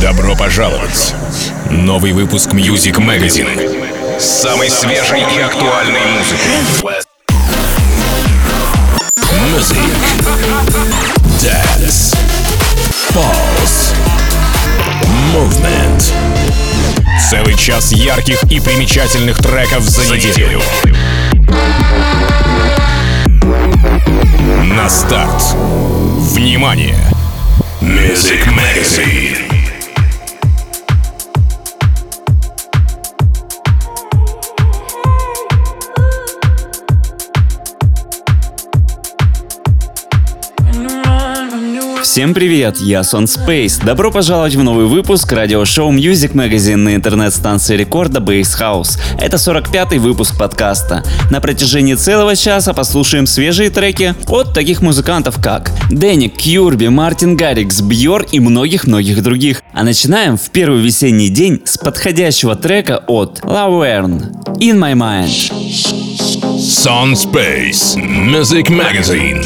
Добро пожаловать! Новый выпуск Music Magazine с самой свежей и актуальной музыкой. Music, Dance, Pulse, Movement. Целый час ярких и примечательных треков за неделю. На старт. Внимание! Music Magazine. Всем привет, я Сон Спейс. Добро пожаловать в новый выпуск радиошоу Music Magazine на интернет-станции рекорда Bass House. Это 45-й выпуск подкаста. На протяжении целого часа послушаем свежие треки от таких музыкантов, как Дэник, Кьюрби, Мартин Гаррикс, Бьор и многих-многих других. А начинаем в первый весенний день с подходящего трека от Laverne In My Mind. Сон Спейс, Music Magazine.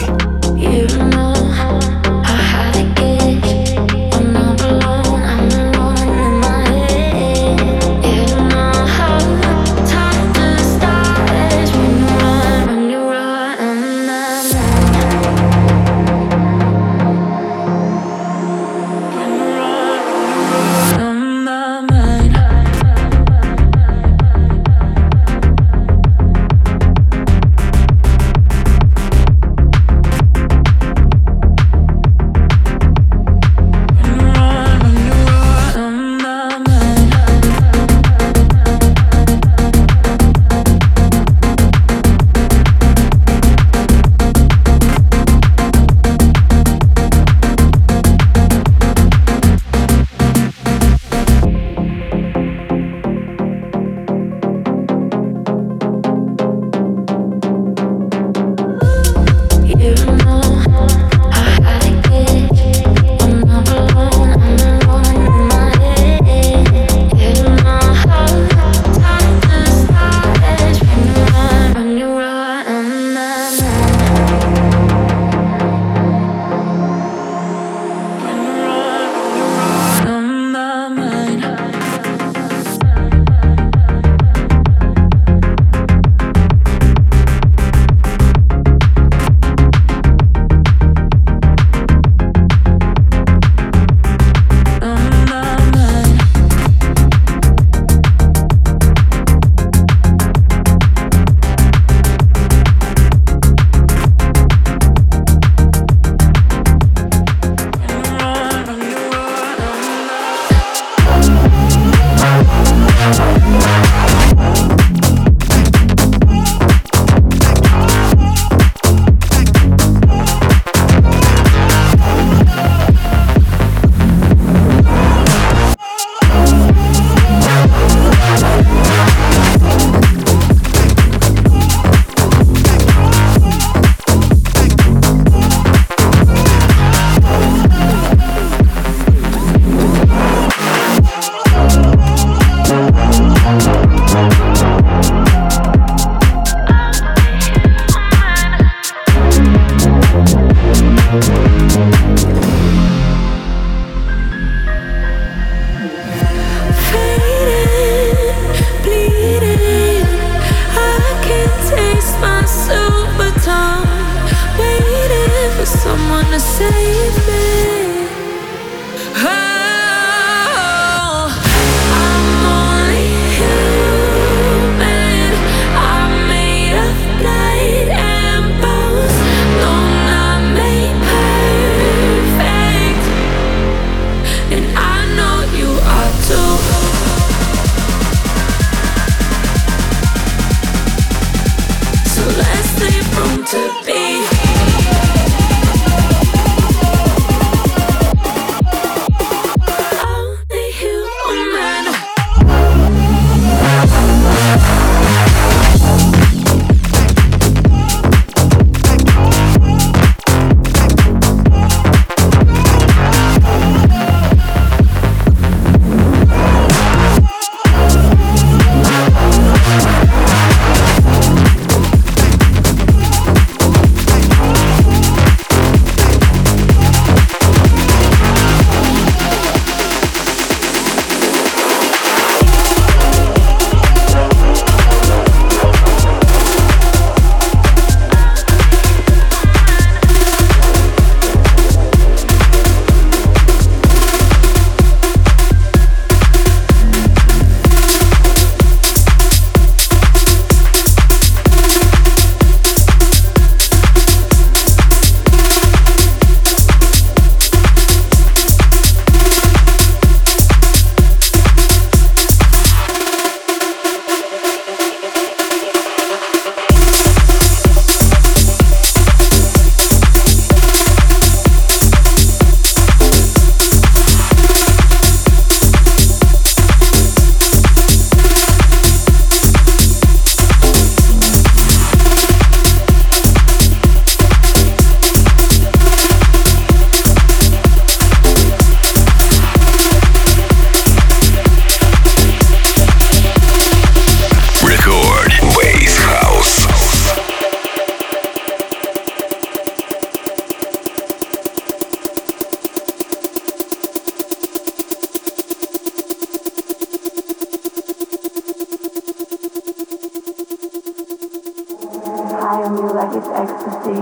you like it's ecstasy.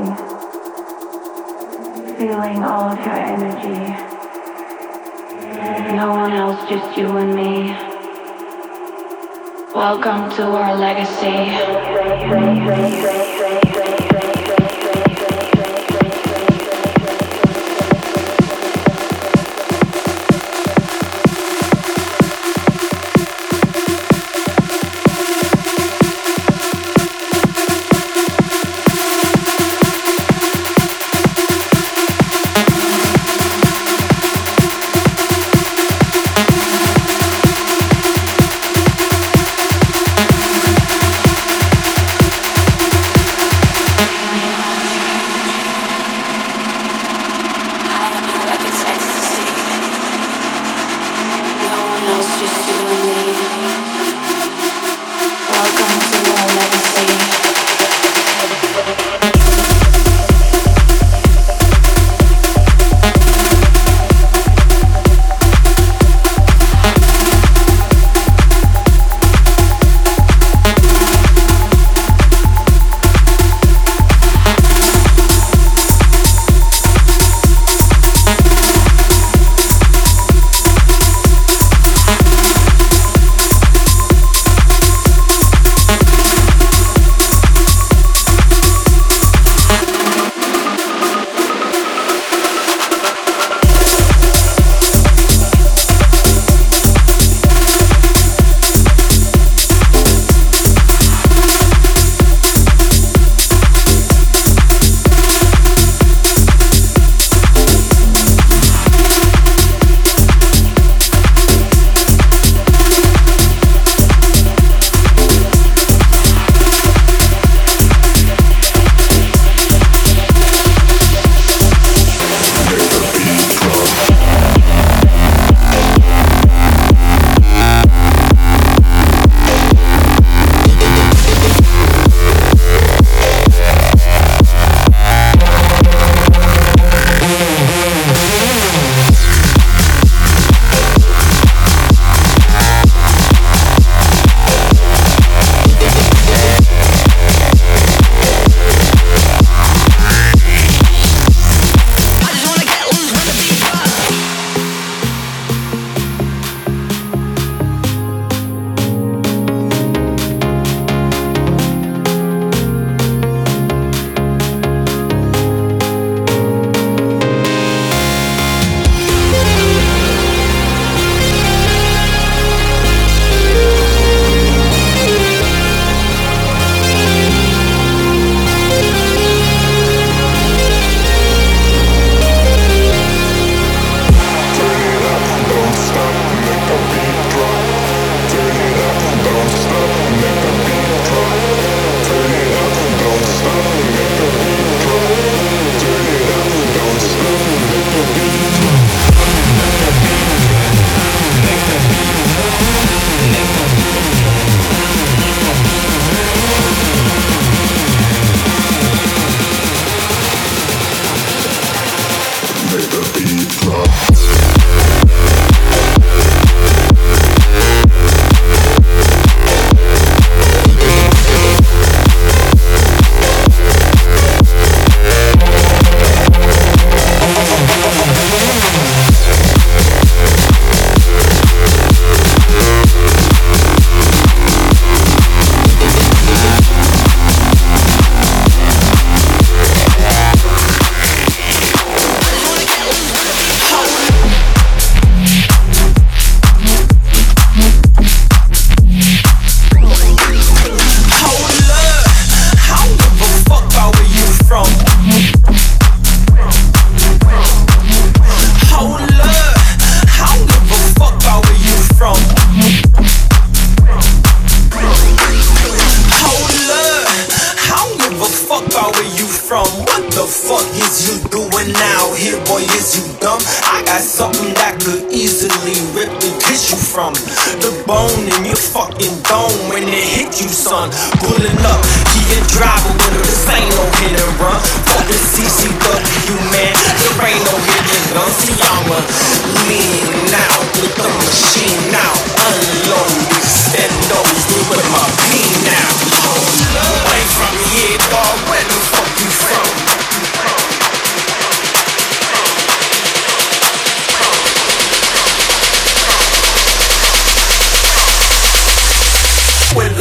Feeling all of your energy. No one else, just you and me. Welcome to our legacy.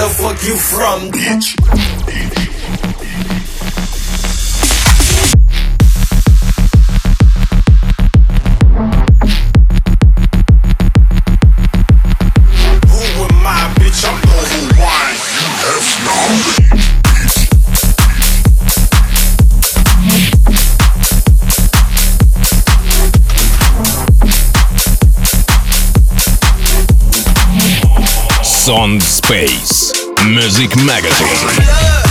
the fuck you from, bitch? Who am I, bitch? I'm over wine. F no. Sound Space Music Magazine.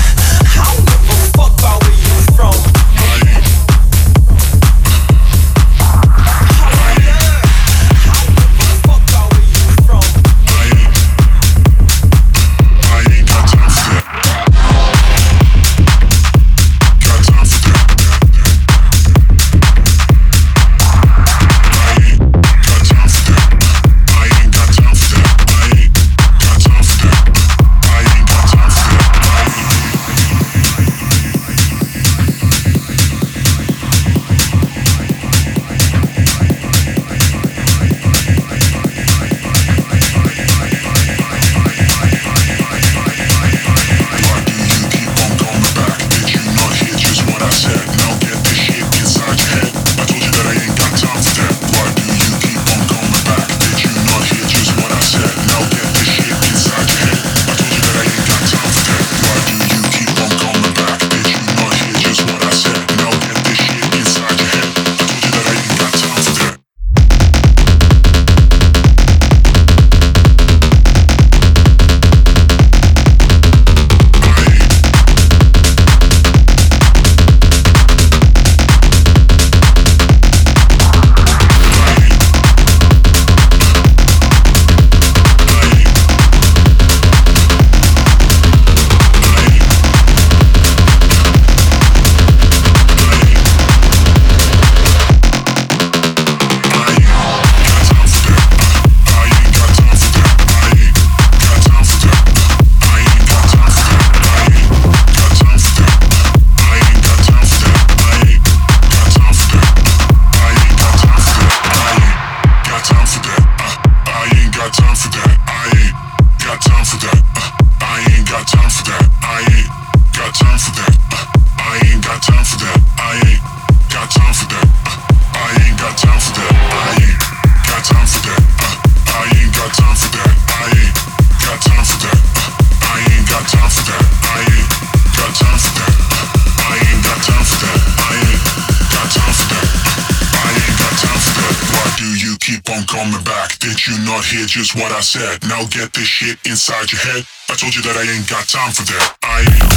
Hear just what I said. Now get this shit inside your head. I told you that I ain't got time for that. I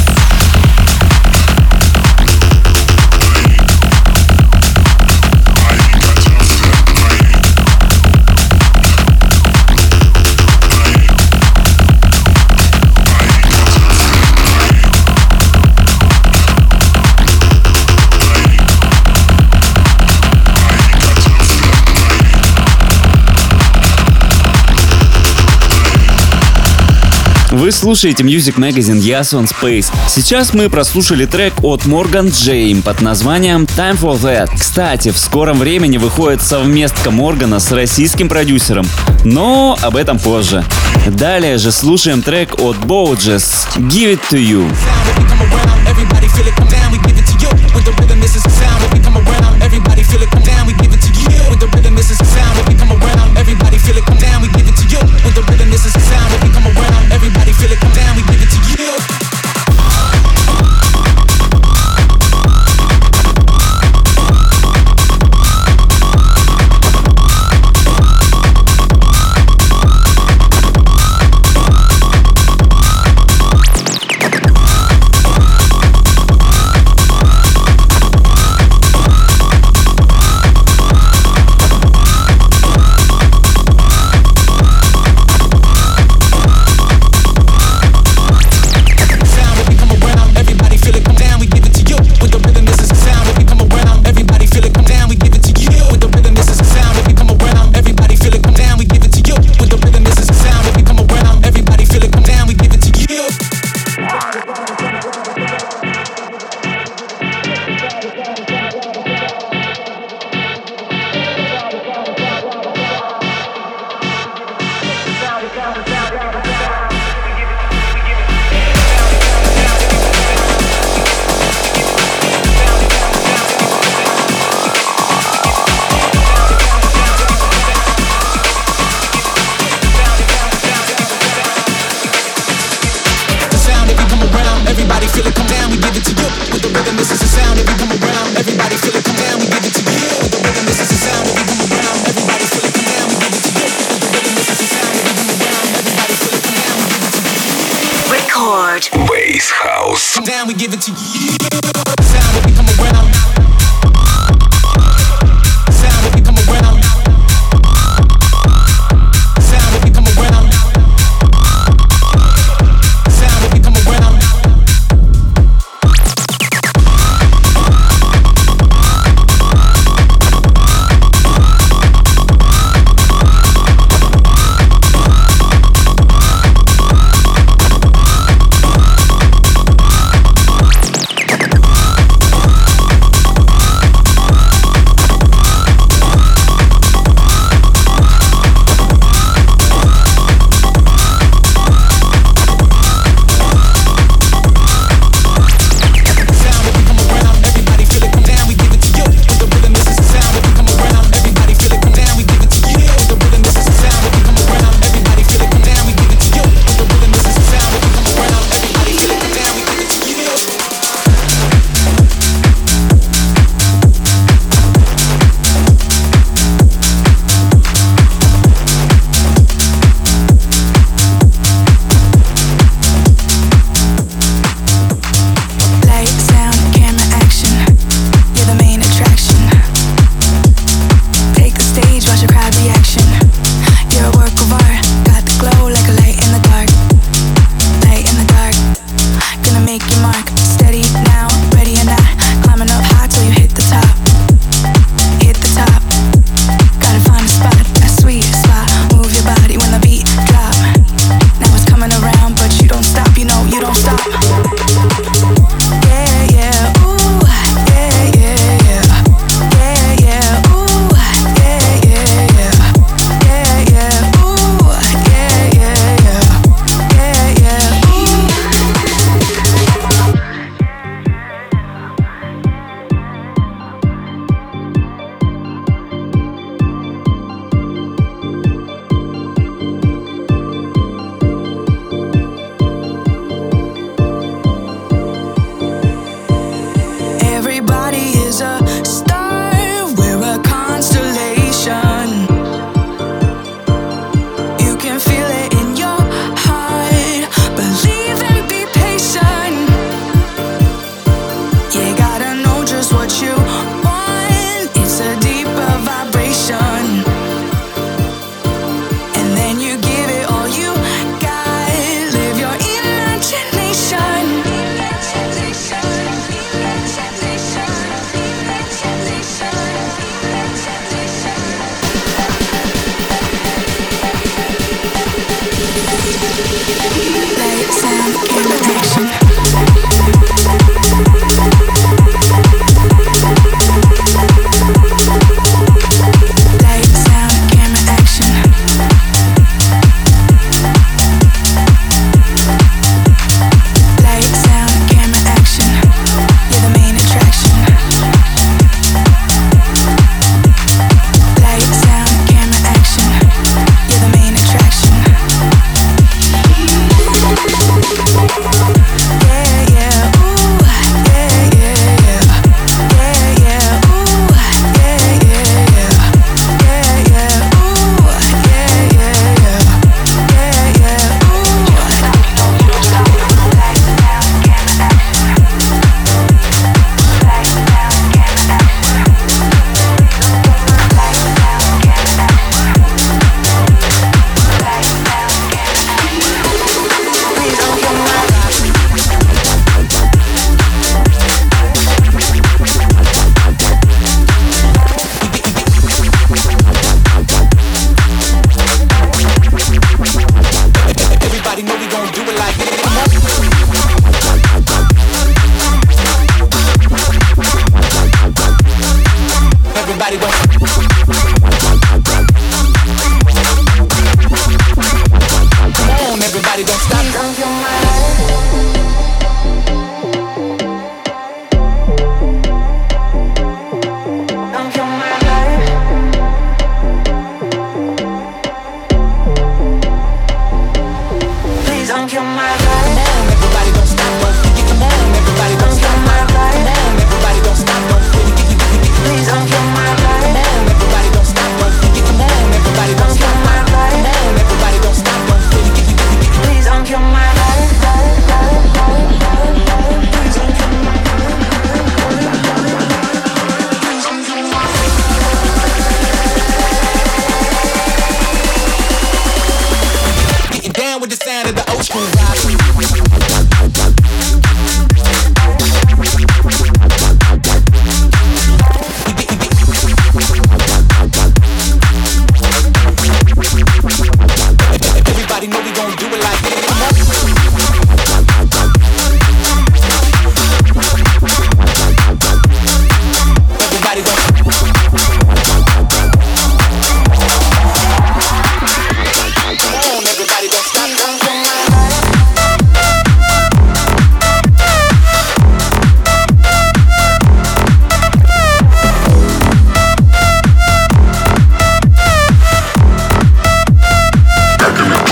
ain't Вы слушаете Music Magazine, я Sound Space. Сейчас мы прослушали трек от Morgan Джейм под названием Time for That. Кстати, в скором времени выходит совместка Моргана с российским продюсером, но об этом позже. Далее же слушаем трек от Bojes Give It To You. Bass House. Down, we give it to you. Sound when we come around. Sound when we come around. Sound when we come around. Sound when we come around.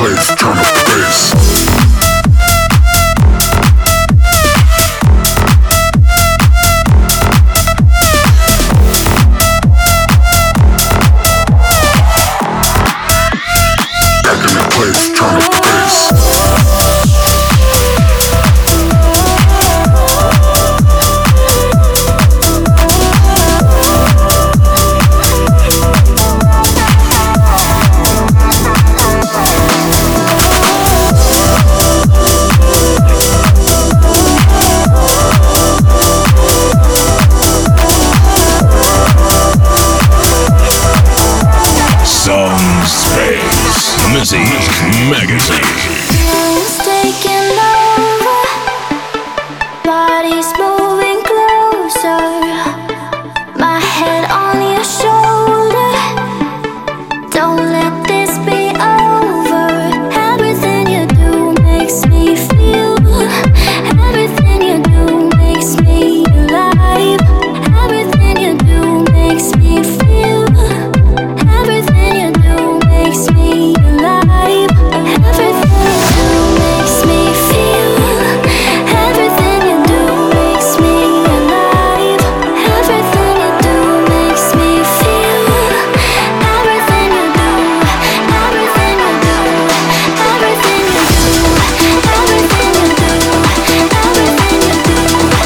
place, turn up the bass. Music Magazine. Mind's taking over, body's moving closer, my head on your shoulder. Don't let this be over. Everything you do makes me feel. Everything you do makes me alive. Everything you do makes me feel. Everything you do makes me alive. Everything you do makes me feel. Everything you do makes me alive. Everything you do makes me feel. Everything you do, everything you do, everything you do, everything you do, everything you do,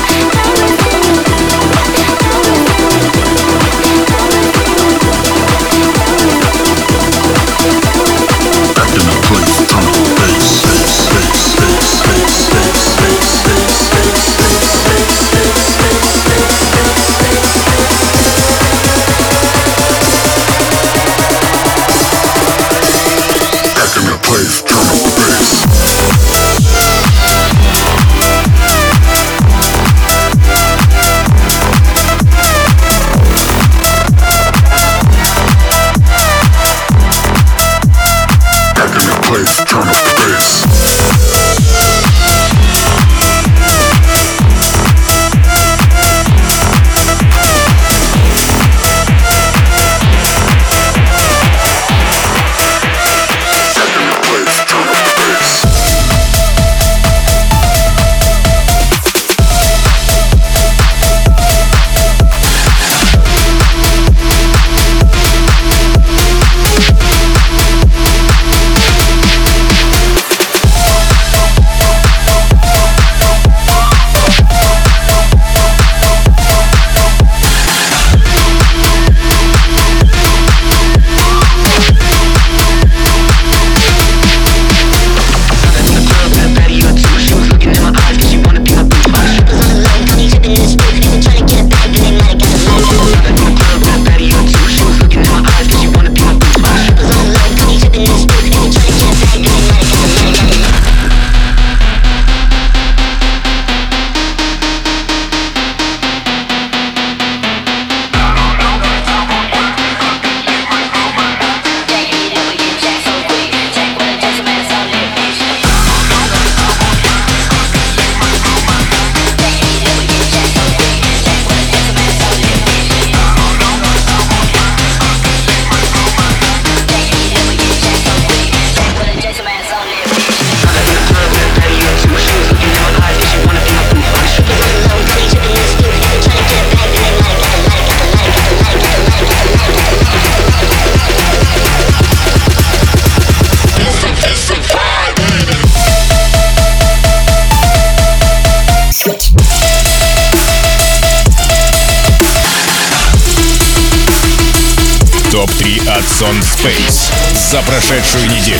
Топ-3 от Son Space за прошедшую неделю.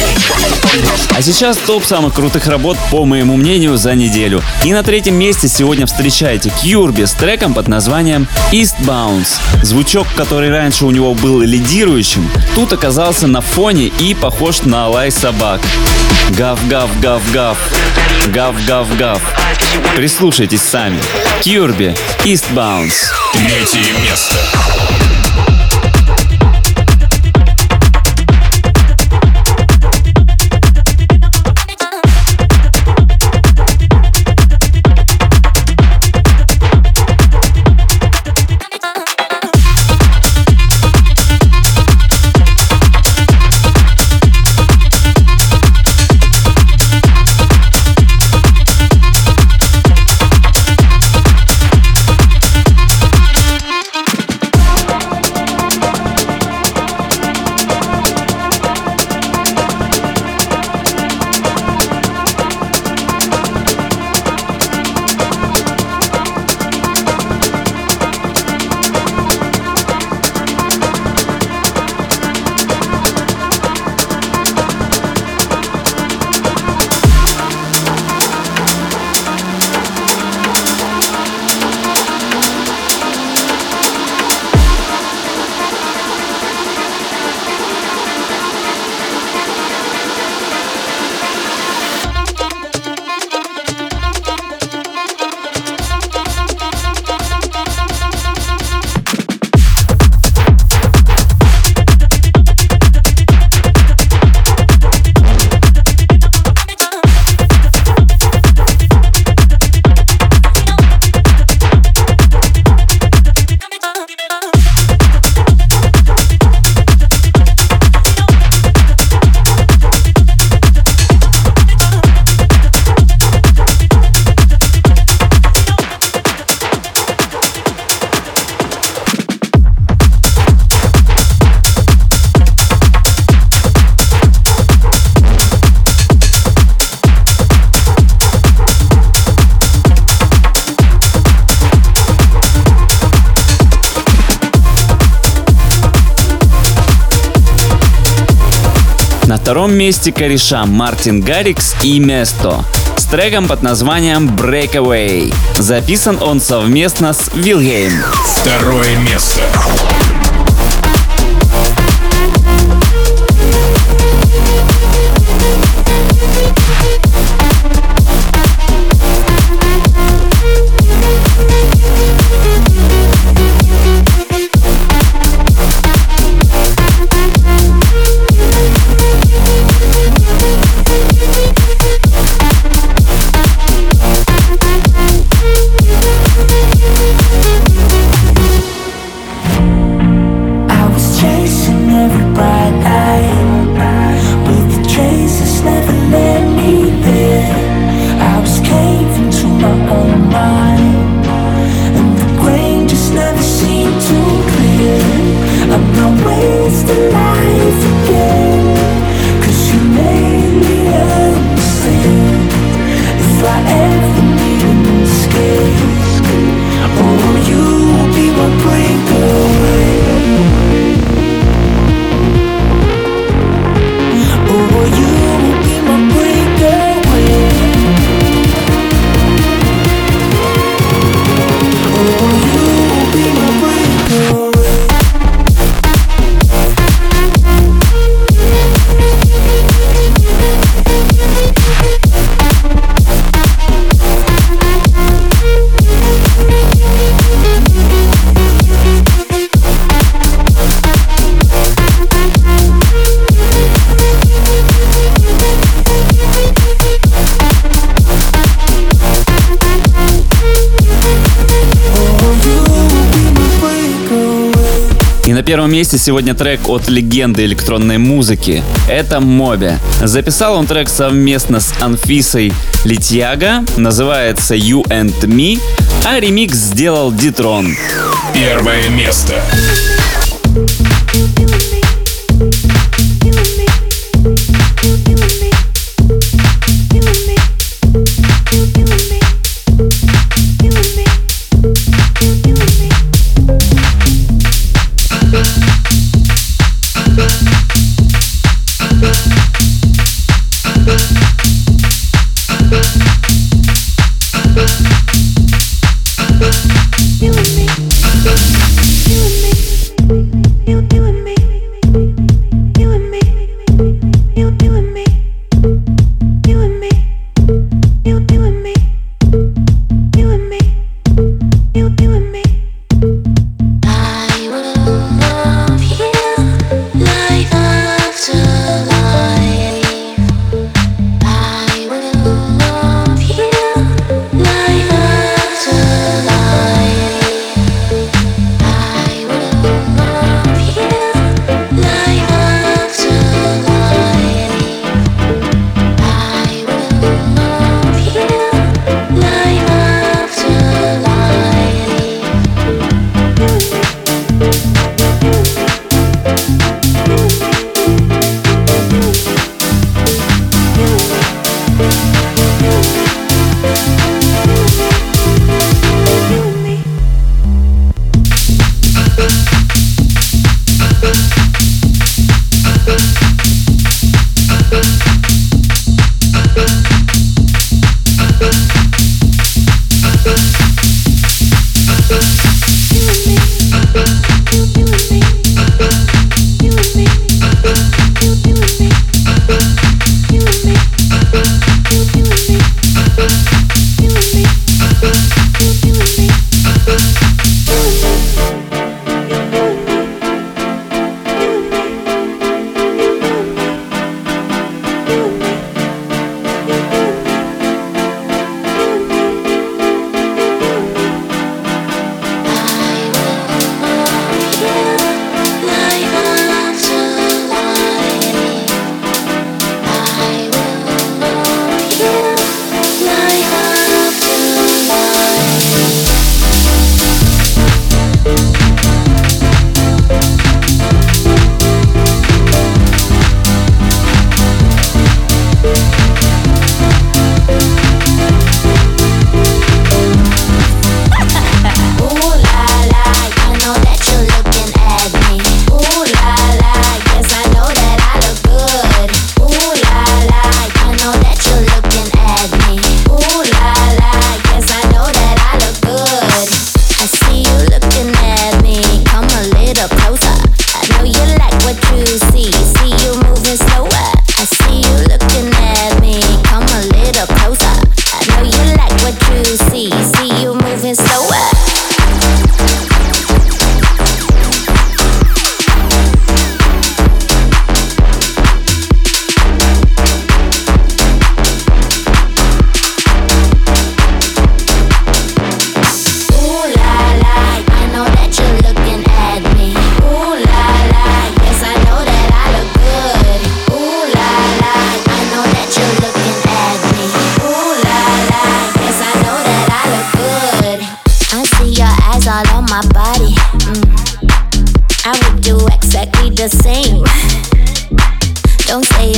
А сейчас топ самых крутых работ, по моему мнению, за неделю. И на третьем месте сегодня встречаете Кьюрби с треком под названием Eastbound. Звучок, который раньше у него был лидирующим, тут оказался на фоне и похож на лай собак. Гав-гав-гав-гав. Гав-гав-гав. Прислушайтесь сами. Кьюрби, Eastbound. Третье место. На втором месте кореша Мартин Гаррикс и Место с треком под названием Breakaway. Записан он совместно с Вильгейм. Второе место. На первом месте сегодня трек от легенды электронной музыки. Это Моби. Записал он трек совместно с Анфисой Литьяго, называется You and Me, а ремикс сделал Дитрон. Первое место. I will love you life after life.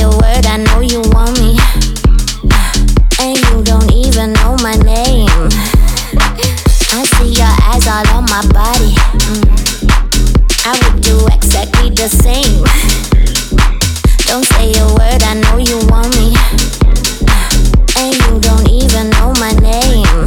a word, I know you want me. And you don't even know my name. I see your eyes all on my body. I would do exactly the same. Don't say a word, I know you want me. And you don't even know my name.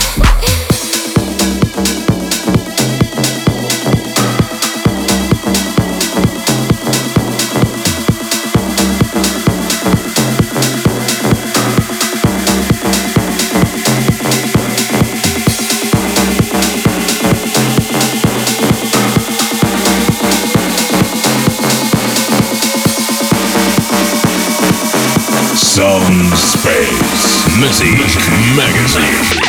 Sound Space Music Magazine.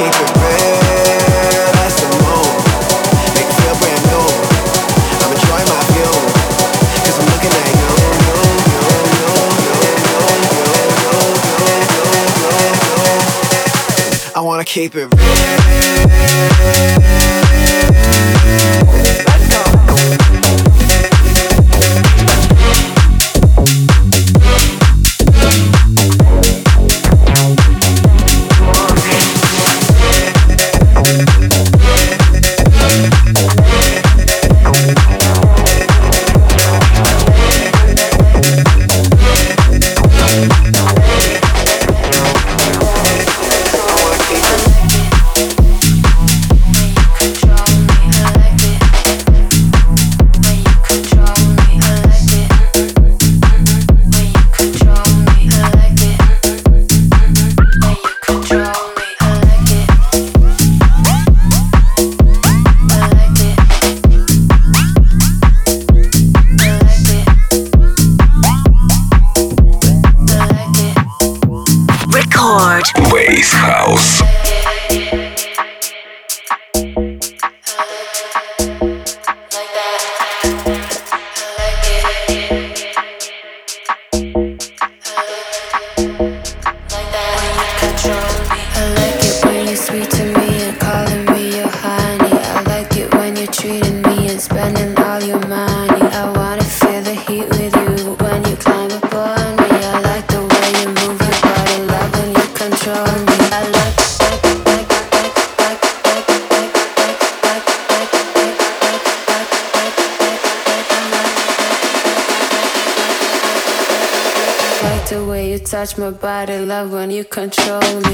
keep it real, that's the move. Make it feel brand new. I'm enjoying my view, 'cause I'm looking at you. I wanna keep it real. Let's go. Bass House. The way you touch my body, love when you control me.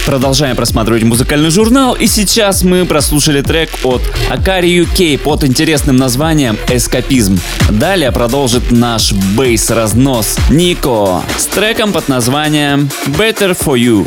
Продолжаем просматривать музыкальный журнал, и сейчас мы прослушали трек от Akari UK под интересным названием «Эскапизм». Далее продолжит наш бейс-разнос Нико с треком под названием «Better for You».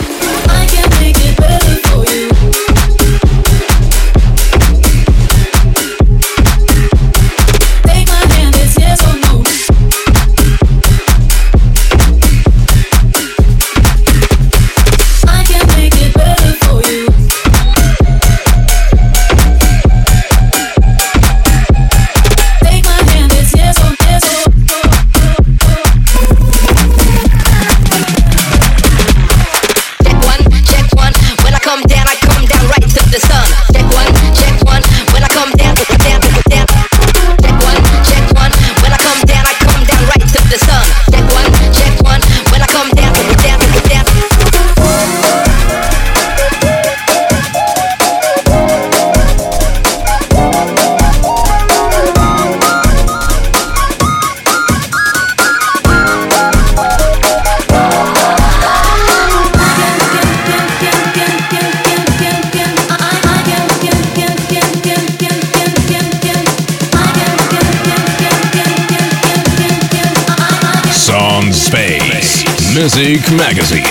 Space Music Magazine.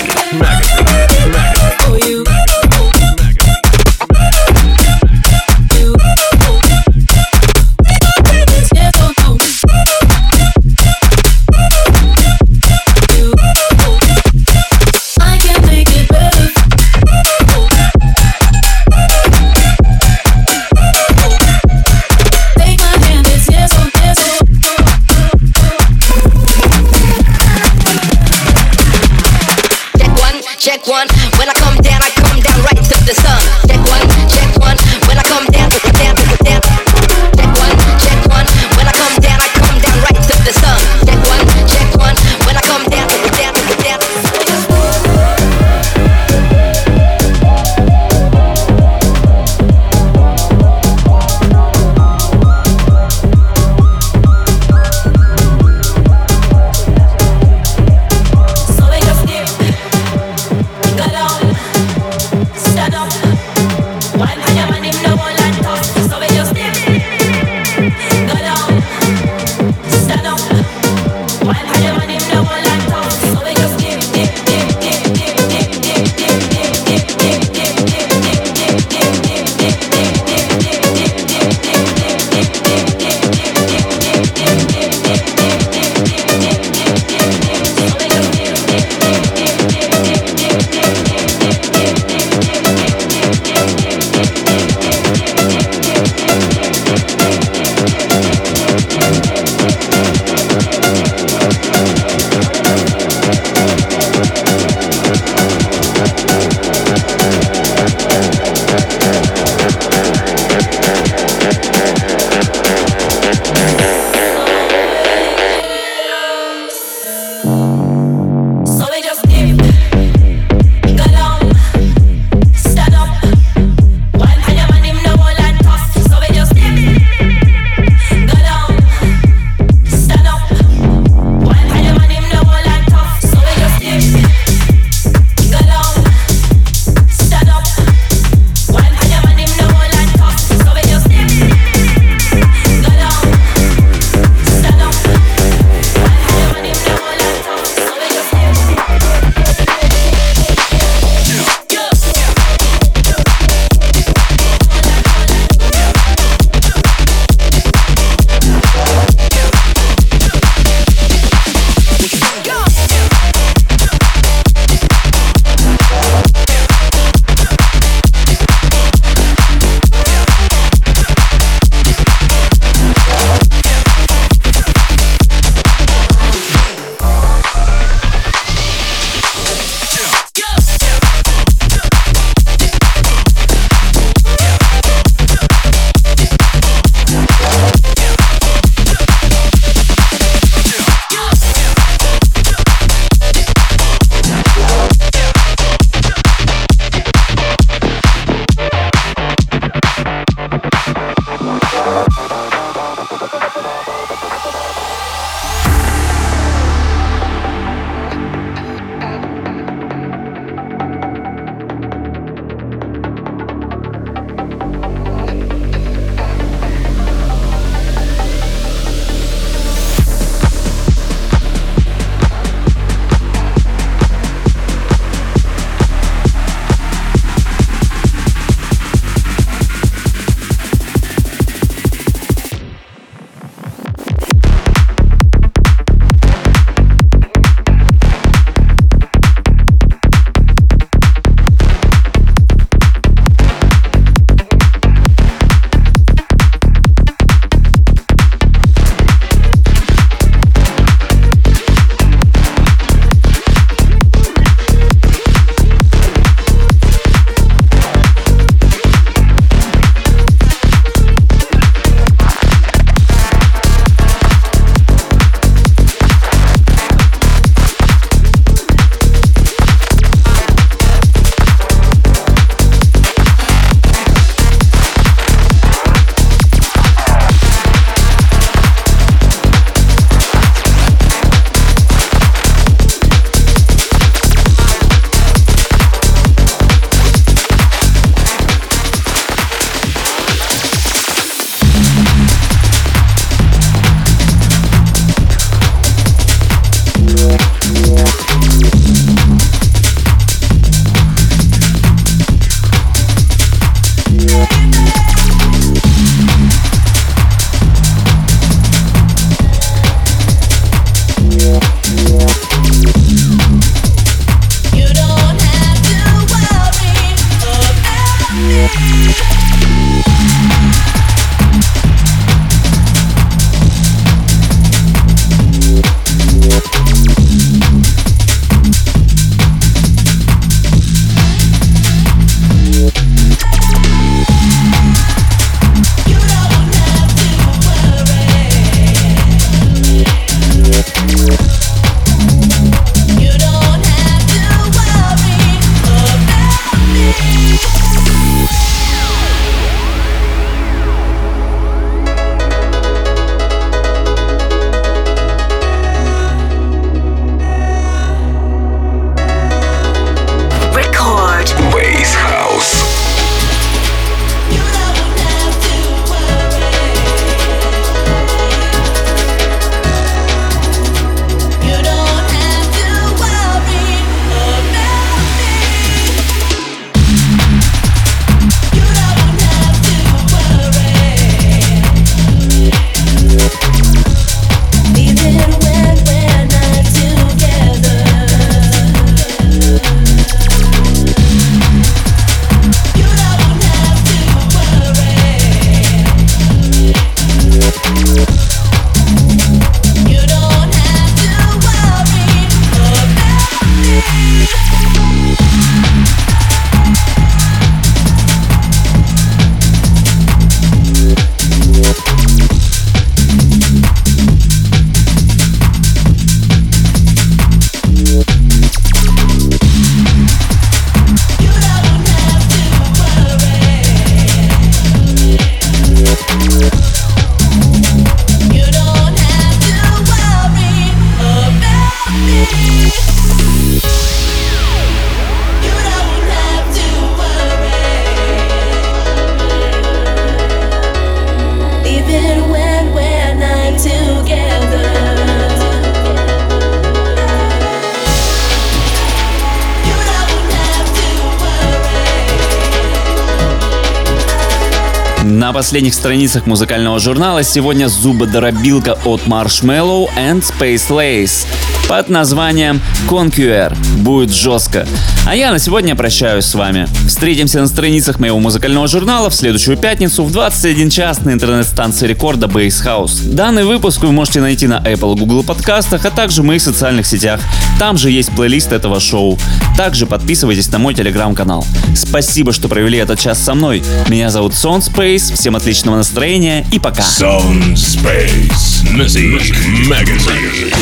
На последних страницах музыкального журнала сегодня зубодробилка от Marshmello and Space Lace под названием Conquer. Будет жестко. А я на сегодня прощаюсь с вами. Встретимся на страницах моего музыкального журнала в следующую пятницу в 21 час на интернет-станции рекорда Bass House. Данный выпуск вы можете найти на Apple и Google подкастах, а также в моих социальных сетях. Там же есть плейлист этого шоу. Также подписывайтесь на мой телеграм-канал. Спасибо, что провели этот час со мной. Меня зовут Sound Space. Всем отличного настроения и пока. Sound Space Music Magazine.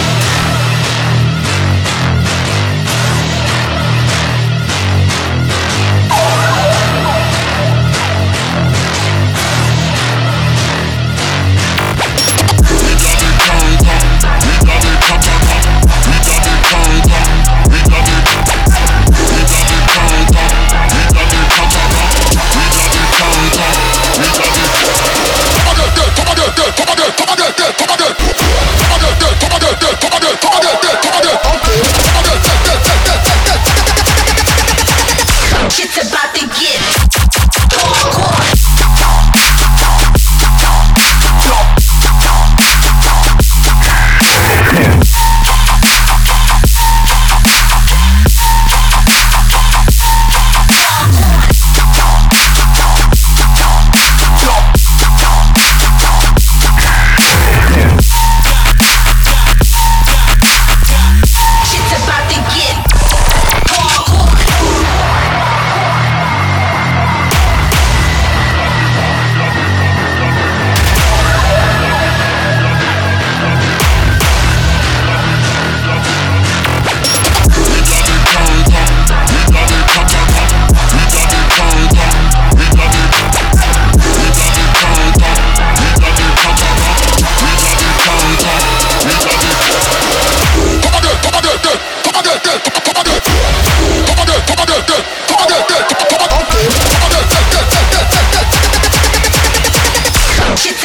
It's about to get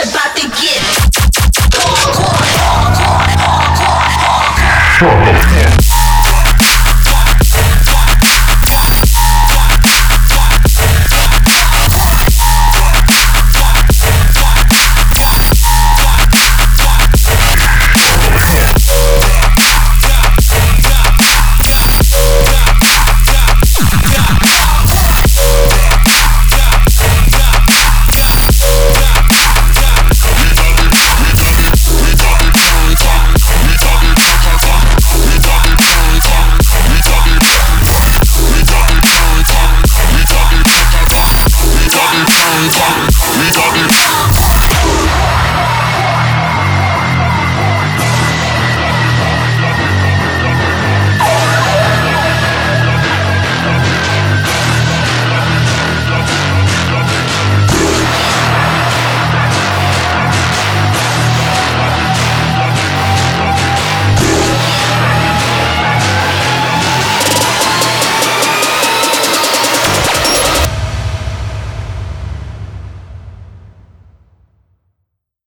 It's about to get